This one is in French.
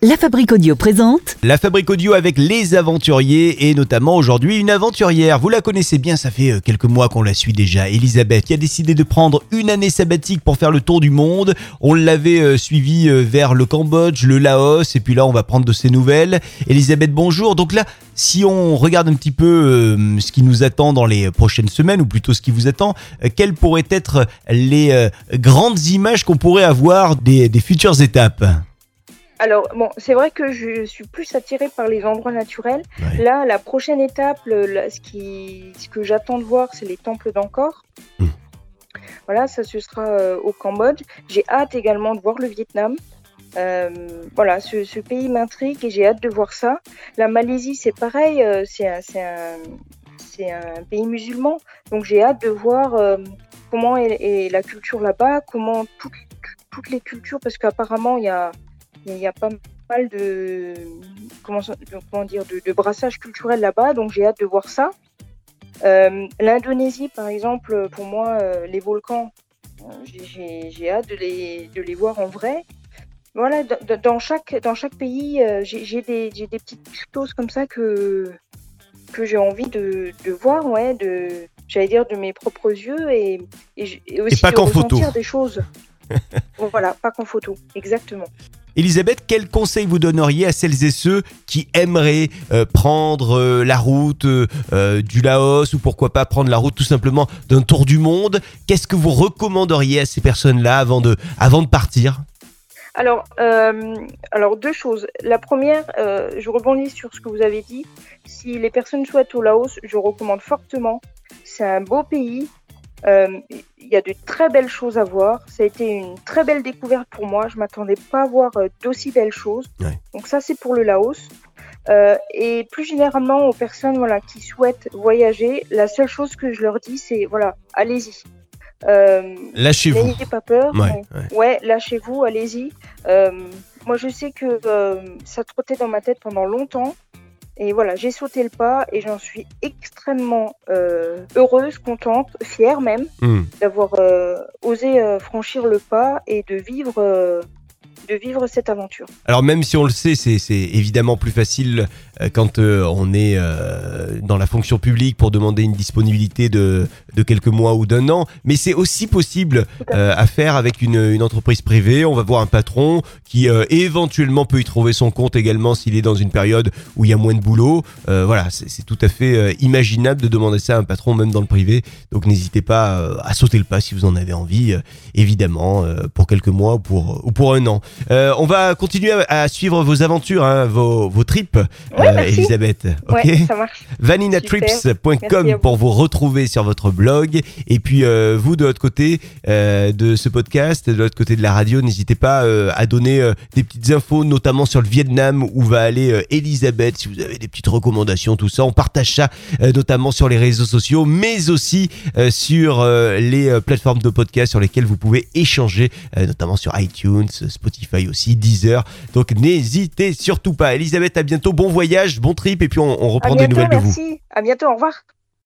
La Fabrique Audio présente La Fabrique Audio avec les aventuriers et notamment aujourd'hui une aventurière. Vous la connaissez bien, ça fait quelques mois qu'on la suit déjà. Elisabeth qui a décidé de prendre une année sabbatique pour faire le tour du monde. On l'avait suivie vers le Cambodge, le Laos et puis là on va prendre de ses nouvelles. Elisabeth, bonjour. Donc là, si on regarde un petit peu ce qui nous attend dans les prochaines semaines ou plutôt ce qui vous attend, quelles pourraient être les grandes images qu'on pourrait avoir des futures étapes ? Alors, bon, c'est vrai que je suis plus attirée par les endroits naturels. Ouais. Là, la prochaine étape, ce que j'attends de voir, c'est les temples d'Angkor. Voilà, ça ce sera au Cambodge. J'ai hâte également de voir le Vietnam. Voilà, ce pays m'intrigue et j'ai hâte de voir ça. La Malaisie, c'est pareil, c'est un pays musulman. Donc j'ai hâte de voir comment est la culture là-bas, comment toutes les cultures, parce qu'apparemment, il y a pas mal de brassage culturel là-bas, donc j'ai hâte de voir ça. L'Indonésie, par exemple, pour moi, les volcans, j'ai hâte de les voir en vrai. Voilà, dans chaque pays, j'ai des petites choses comme ça que j'ai envie de voir, ouais, j'allais dire de mes propres yeux et aussi pas de qu'en ressentir photo. des choses. Voilà, pas qu'en photo, exactement. Elisabeth, quel conseil vous donneriez à celles et ceux qui aimeraient prendre la route du Laos ou pourquoi pas prendre la route tout simplement d'un tour du monde ? Qu'est-ce que vous recommanderiez à ces personnes-là avant de partir ? Alors, deux choses. La première, je rebondis sur ce que vous avez dit. Si les personnes souhaitent au Laos, je recommande fortement. C'est un beau pays. Il y a de très belles choses à voir. Ça a été une très belle découverte pour moi. Je m'attendais pas à voir d'aussi belles choses. Ouais. Donc ça, c'est pour le Laos. Et plus généralement, aux personnes qui souhaitent voyager, la seule chose que je leur dis, c'est allez-y. Lâchez-vous. N'ayez pas peur. Ouais. Lâchez-vous, allez-y. Moi, je sais que ça trottait dans ma tête pendant longtemps. Et voilà, j'ai sauté le pas et j'en suis extrêmement heureuse, contente, fière même d'avoir osé franchir le pas et de vivre cette aventure. Alors même si on le sait, c'est évidemment plus facile quand on est dans la fonction publique pour demander une disponibilité de quelques mois ou d'un an, mais c'est aussi possible à faire avec une entreprise privée. On va voir un patron qui éventuellement peut y trouver son compte également s'il est dans une période où il y a moins de boulot. Voilà, c'est tout à fait imaginable de demander ça à un patron même dans le privé. Donc n'hésitez pas à sauter le pas si vous en avez envie, évidemment, pour quelques mois ou pour un an. On va continuer à suivre vos aventures, hein, vos trips, Elisabeth. Ok, ouais, ça marche. vaninatrips.com pour vous retrouver sur votre blog. Et puis vous de l'autre côté de ce podcast, de l'autre côté de la radio, n'hésitez pas à donner des petites infos, notamment sur le Vietnam où va aller Elisabeth. Si vous avez des petites recommandations, tout ça, on partage ça notamment sur les réseaux sociaux, mais aussi sur les plateformes de podcast sur lesquelles vous pouvez échanger, notamment sur iTunes, Spotify aussi, Deezer. Donc n'hésitez surtout pas. Elisabeth, à bientôt, bon voyage, bon trip et puis on reprend des nouvelles de vous. Merci, à bientôt, au revoir.